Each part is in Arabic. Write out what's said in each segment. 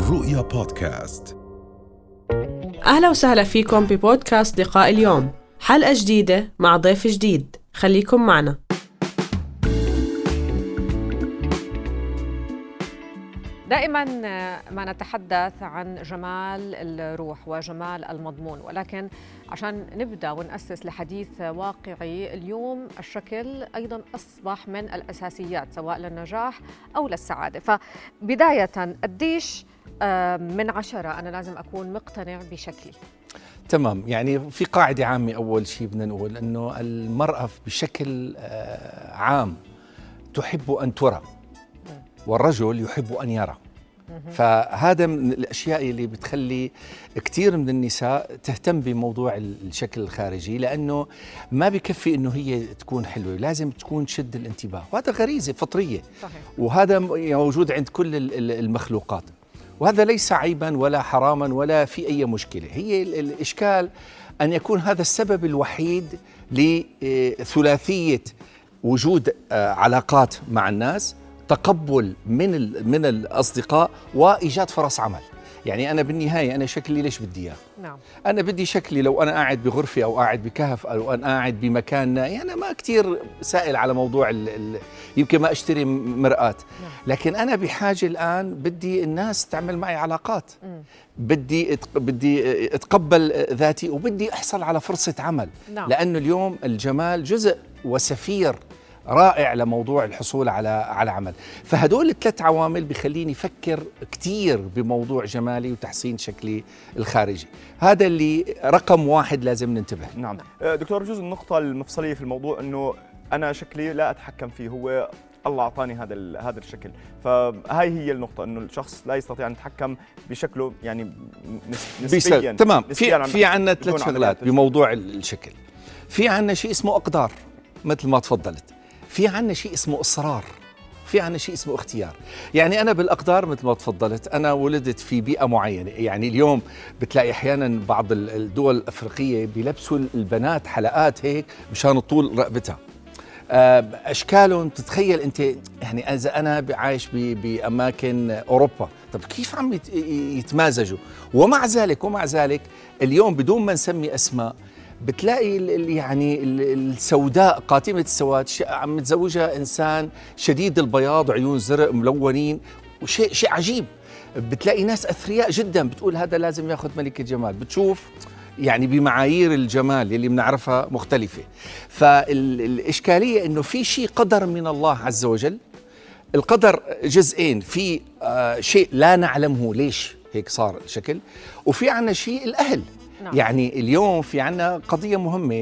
رؤيا بودكاست. أهلا وسهلا فيكم ببودكاست لقاء اليوم، حلقة جديدة مع ضيف جديد، خليكم معنا. دائما ما نتحدث عن جمال الروح وجمال المضمون، ولكن عشان نبدأ ونأسس لحديث واقعي اليوم الشكل أيضا أصبح من الأساسيات سواء للنجاح أو للسعادة. فبداية قديش من 10 أنا لازم أكون مقتنع بشكلي؟ تمام، يعني في قاعدة عامة أول شيء بدنا نقول أنه المرأة بشكل عام تحب أن ترى، والرجل يحب أن يرى. فهذا من الأشياء اللي بتخلي كثير من النساء تهتم بموضوع الشكل الخارجي، لأنه ما بكفي أنه هي تكون حلوة، لازم تكون تشد الانتباه، وهذا غريزة فطرية. صحيح. وهذا موجود عند كل المخلوقات، وهذا ليس عيبا ولا حراما ولا في أي مشكلة. هي الإشكال أن يكون هذا السبب الوحيد لثلاثية وجود علاقات مع الناس، تقبل من الأصدقاء، وإيجاد فرص عمل. يعني أنا بالنهاية أنا شكلي ليش بدي إياه؟ نعم. أنا بدي شكلي لو أنا قاعد بغرفة أو قاعد بكهف أو أنا قاعد بمكان نائي، أنا ما كتير سائل على موضوع يمكن ما أشتري مرآة. نعم. لكن أنا بحاجة الآن بدي الناس تعمل معي علاقات. بدي أتقبل ذاتي، وبدي أحصل على فرصة عمل. نعم. لأنه اليوم الجمال جزء وسفير رائع لموضوع الحصول على عمل. فهدول الثلاث عوامل بخليني أفكر كتير بموضوع جمالي وتحسين شكلي الخارجي. هذا اللي رقم واحد لازم ننتبه. نعم دكتور، جزء النقطة المفصلية في الموضوع أنه أنا شكلي لا أتحكم فيه، هو الله أعطاني هذا الشكل. فهاي هي النقطة، أنه الشخص لا يستطيع أن يتحكم بشكله يعني نسبيا. تمام. في عنا ثلاث شغلات بموضوع الشكل. في عنا شيء اسمه أقدار مثل ما تفضلت، في عنا شيء اسمه إصرار، في عنا شيء اسمه اختيار. يعني أنا بالأقدار مثل ما تفضلت، أنا ولدت في بيئة معينة. يعني اليوم بتلاقي أحيانا بعض الدول الأفريقية بيلبسوا البنات حلقات هيك مشان طول رقبتها، أشكالهم تتخيل أنت. يعني إذا أنا عايش بأماكن أوروبا، طب كيف عم يتمازجوا؟ ومع ذلك اليوم بدون ما نسمي أسماء بتلاقي يعني السوداء قاتمة السواد عم متزوجها إنسان شديد البياض وعيون زرق ملونين، وشيء عجيب. بتلاقي ناس أثرياء جدا بتقول هذا لازم ياخذ ملكة جمال. بتشوف يعني بمعايير الجمال اللي بنعرفها مختلفة. فالإشكالية إنه في شيء قدر من الله عز وجل. القدر جزئين، في شيء لا نعلمه ليش هيك صار الشكل، وفي عنا شيء الأهل. نعم. يعني اليوم في عنا قضية مهمة.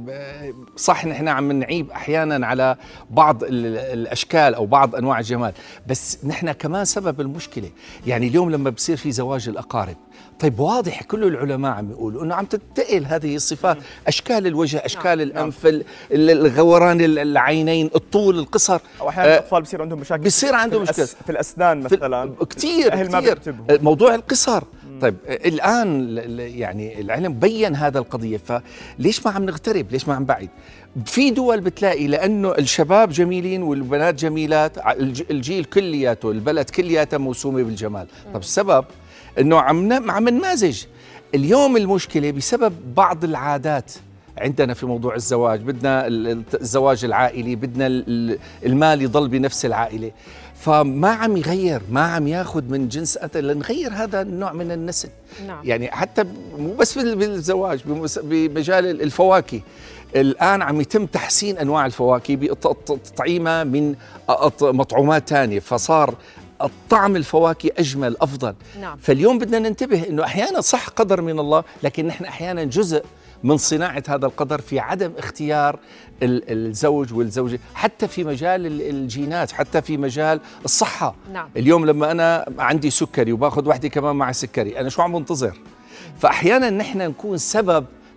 صح نحن عم نعيب أحيانا على بعض الأشكال أو بعض أنواع الجمال، بس نحن كمان سبب المشكلة. يعني اليوم لما بصير في زواج الأقارب، طيب واضح كل العلماء عم يقولوا أنه عم تنتقل هذه الصفات، أشكال الوجه، أشكال الأنف، الغوران العينين، الطول، القصر. أو أحيانا الأطفال بصير عندهم مشاكل، في الأسنان مثلا، كتير موضوع القصر. طيب الآن يعني العلم بيّن هذا القضية، فليش ما عم نغترب؟ ليش ما عم بعيد؟ في دول بتلاقي لأنه الشباب جميلين والبنات جميلات، الجيل كلياته، البلد كلياتها موسومة بالجمال. طب السبب أنه عم نمازج. اليوم المشكلة بسبب بعض العادات عندنا في موضوع الزواج. بدنا الزواج العائلي، بدنا المال يضل بنفس العائلة، فما عم يغير، ما عم ياخذ من جنس لنغير هذا النوع من النسل. نعم. يعني حتى مو بس بالزواج، بمجال الفواكه الآن عم يتم تحسين أنواع الفواكه بتطعيمها من مطعومات تانية، فصار الطعم الفواكه أجمل أفضل. نعم. فاليوم بدنا ننتبه أنه أحيانا صح قدر من الله، لكن نحن أحيانا جزء من صناعة هذا القدر في عدم اختيار الزوج والزوجة، حتى في مجال الجينات، حتى في مجال الصحة. نعم. اليوم لما أنا عندي سكري وباخذ واحدة كمان مع سكري، أنا شو عم بنتظر؟ فأحيانا نحن نكون سبب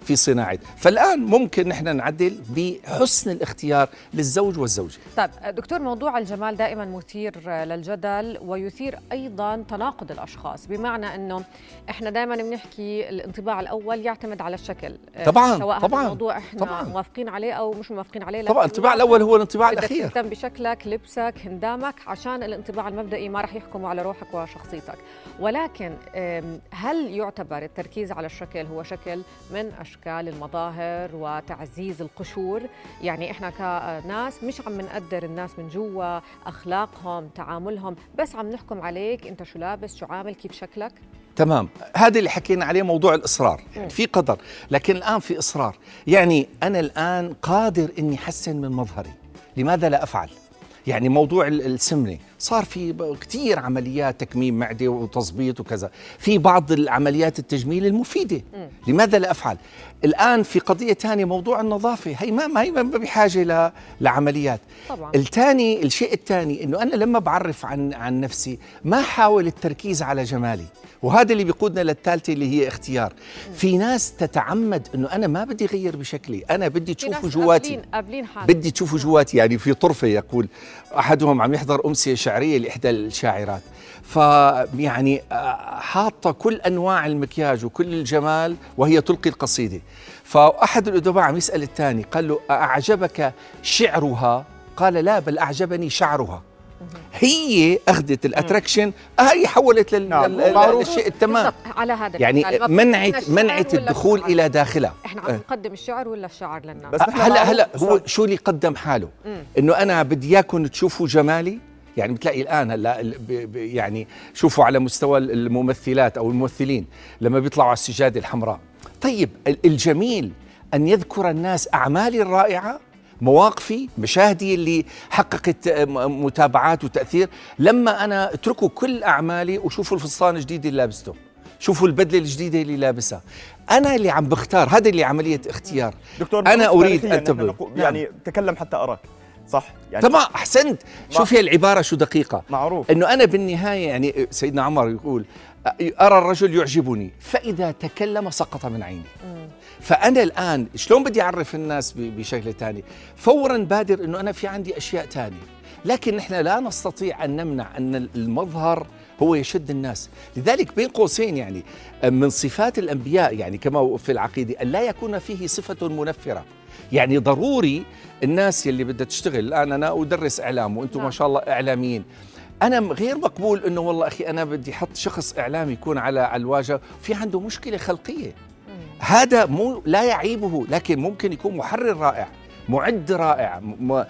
في صناعة. فالآن ممكن نحن نعدل بحسن الاختيار للزوج والزوجة. طيب دكتور، موضوع الجمال دائما مثير للجدل ويثير أيضا تناقض الأشخاص، بمعنى أنه إحنا دائما بنحكي الانطباع الأول يعتمد على الشكل. طبعا سواء طبعا الموضوع إحنا طبعا موافقين عليه أو مش موافقين عليه. طبعا الانطباع الأول هو الانطباع الأخير. تهتم بشكلك، لبسك، هندامك، عشان الانطباع المبدئي ما رح يحكموا على روحك وشخصيتك. ولكن هل يعتبر التركيز على الشكل هو شكل من أشكال المظاهر وتعزيز القشور؟ يعني إحنا كناس مش عم نقدر الناس من جوا، أخلاقهم، تعاملهم، بس عم نحكم عليك أنت شو لابس، شو عامل، كيف شكلك. تمام، هذا اللي حكينا عليه موضوع الإصرار. يعني في قدر، لكن الآن في إصرار. يعني أنا الآن قادر إني أحسن من مظهري، لماذا لا أفعل؟ يعني موضوع السمنة صار في كتير عمليات تكميم معدة وتظبيط وكذا، في بعض العمليات التجميل المفيدة، لماذا لا أفعل؟ الآن في قضية ثانية، موضوع النظافة، هي ما بحاجة لعمليات. طبعا. الشيء الثاني إنه أنا لما بعرف عن نفسي ما حاول التركيز على جمالي، وهذا اللي بيقودنا للثالثة اللي هي اختيار. في ناس تتعمد إنه أنا ما بدي أغير بشكلي، أنا بدي تشوفوا جواتي، بدي تشوفوا جواتي. يعني في طرفة يقول أحدهم عم يحضر أمسية شعرية لإحدى الشاعرات، فيعني حاطة كل أنواع المكياج وكل الجمال وهي تلقي القصيدة. فأحد الأدباء عم يسأل الثاني، قال له أعجبك شعرها؟ قال لا، بل أعجبني شعرها. هي أخذت الأتراكشن، هي حولت للشيء التمام. على هذا يعني منعت الدخول إلى داخلها. إحنا عم نقدم الشعر ولا الشعر للناس؟ بس هلا هو شو اللي قدم حاله؟ إنه أنا بدي إياكم تشوفوا جمالي. يعني بتلاقي الآن هلا يعني شوفوا على مستوى الممثلات أو الممثلين لما بيطلعوا على السجادة الحمراء. طيب الجميل أن يذكر الناس أعمالي الرائعة، مواقفي، مشاهدي اللي حققت متابعات وتأثير. لما أنا اتركوا كل أعمالي وشوفوا الفستان الجديد اللي لابسته، شوفوا البدلة الجديدة اللي لابسها، أنا اللي عم بختار. هذا اللي عملية اختيار. دكتور، أنا أريد أن يعني تكلم حتى أراك صح يعني. تمام، أحسنت. شوفي العبارة شو دقيقة، معروف إنه أنا بالنهاية يعني سيدنا عمر يقول أرى الرجل يعجبني فإذا تكلم سقط من عيني. فأنا الآن شلون بدي أعرف الناس بشكل ثاني؟ فوراً بادر إنه أنا في عندي أشياء ثانية. لكن نحن لا نستطيع أن نمنع أن المظهر هو يشد الناس. لذلك بين قوسين يعني من صفات الأنبياء يعني كما في العقيدة أن لا يكون فيه صفة منفرة. يعني ضروري الناس يلي بدها تشتغل، الآن أنا أدرس إعلام وأنتم ما شاء الله إعلاميين، أنا غير مقبول إنه والله أخي أنا بدي أحط شخص إعلامي يكون على الواجهة في عنده مشكلة خلقية. هذا لا يعيبه، لكن ممكن يكون محرر رائع، معد رائع،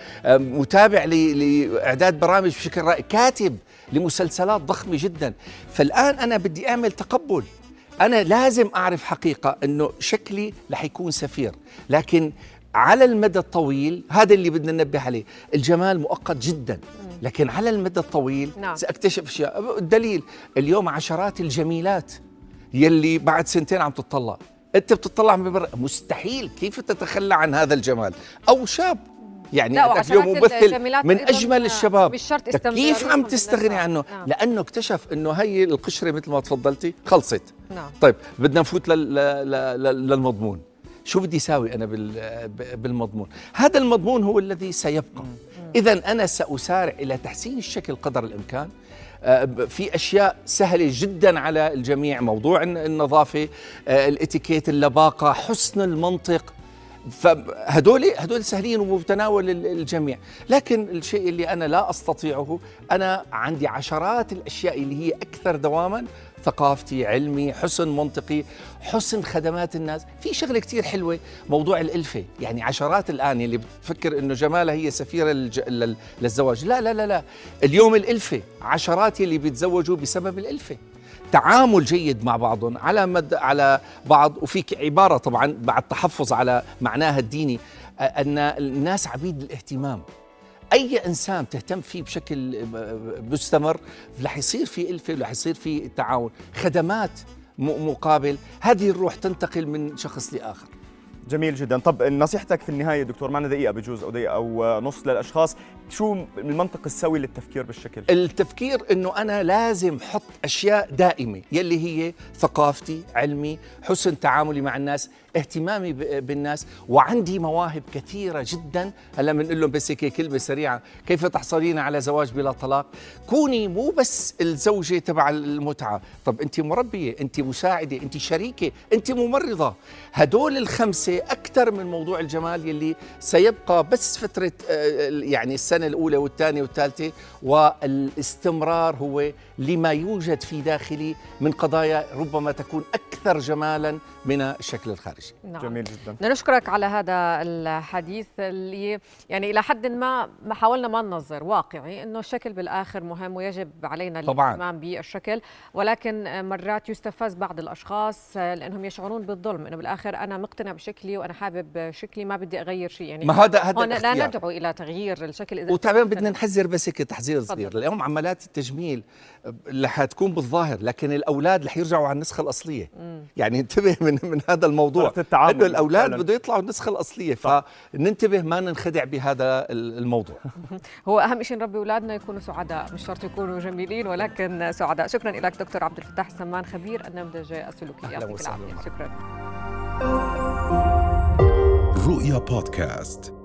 متابع لإعداد برامج بشكل رائع، كاتب لمسلسلات ضخمة جدا. فالآن أنا بدي أعمل تقبل، أنا لازم أعرف حقيقة أنه شكلي رح يكون سفير، لكن على المدى الطويل هذا اللي بدنا ننبه عليه. الجمال مؤقت جدا، لكن على المدى الطويل سأكتشف أشياء. الدليل اليوم عشرات الجميلات يلي بعد سنتين عم تطلع، أنت بتطلع من برا، مستحيل كيف تتخلى عن هذا الجمال. أو شاب يعني اليوم ممثل من أجمل الشباب، كيف عم تستغني عنه؟ لأنه اكتشف أنه هي القشرة مثل ما تفضلتي خلصت. طيب بدنا نفوت للمضمون. شو بدي يساوي أنا بالمضمون؟ هذا المضمون هو الذي سيبقى. إذن أنا سأسارع إلى تحسين الشكل قدر الإمكان. في أشياء سهلة جدا على الجميع، موضوع النظافة، الاتيكيت، اللباقة، حسن المنطق، فهدول سهلين ومتناول الجميع. لكن الشيء اللي أنا لا أستطيعه، أنا عندي عشرات الأشياء اللي هي أكثر دواما، ثقافتي، علمي، حسن منطقي، حسن خدمات الناس. في شغلة كتير حلوة، موضوع الألفة. يعني عشرات الآن اللي بتفكر إنه جمالها هي سفيرة للزواج، لا لا لا لا، اليوم الألفة عشرات اللي بيتزوجوا بسبب الألفة، تعامل جيد مع بعضهم على بعض. وفيك عبارة طبعا بعد تحفظ على معناها الديني، أن الناس عبيد الاهتمام. أي إنسان تهتم فيه بشكل مستمر رح يصير في ألفة، رح يصير في تعاون، خدمات مقابل، هذه الروح تنتقل من شخص لآخر. جميل جدا. طب نصيحتك في النهاية دكتور، معنا دقيقة بجوز أو دقيقة أو نص للأشخاص، شو المنطق السوي للتفكير بالشكل؟ التفكير انه انا لازم احط اشياء دائمه يلي هي ثقافتي، علمي، حسن تعاملي مع الناس، اهتمامي بالناس، وعندي مواهب كثيره جدا. هلا بنقول لهم بس هيك كلمه سريعه، كيف تحصلين على زواج بلا طلاق؟ كوني مو بس الزوجه تبع المتعه، طب انت مربيه، انت مساعده، انت شريكه، انت ممرضه. هدول الخمسه اكثر من موضوع الجمال يلي سيبقى بس فتره يعني السنه الاولى والثانيه والثالثه، والاستمرار هو لما يوجد في داخلي من قضايا ربما تكون اكثر جمالا من الشكل الخارجي. نعم. جميل جدا. بدنا نشكرك على هذا الحديث اللي يعني إلى حد ما حاولنا ما ننظر واقعي إنه الشكل بالآخر مهم ويجب علينا الاهتمام بالشكل، ولكن مرات يستفز بعض الأشخاص لأنهم يشعرون بالظلم، إنه بالآخر أنا مقتنع بشكلي وأنا حابب شكلي ما بدي أغير شيء. يعني ما هذا لا ندعو إلى تغيير الشكل إذا وتمام. بدنا نحذر بس هيك تحذير صغير. اليوم عملات التجميل رح تكون بالظاهر، لكن الأولاد رح يرجعوا على النسخة الأصلية. يعني انتبه من هذا الموضوع، إنه الأولاد بده يطلعوا النسخة الأصلية، فننتبه ما ننخدع بهذا الموضوع. هو أهم شيء نربي أولادنا يكونوا سعداء، مش شرط يكونوا جميلين ولكن سعداء. شكرا لك دكتور عبد الفتاح السمان، خبير النمذجة السلوكية. يعطيك العافية. شكرا. رؤيا بودكاست.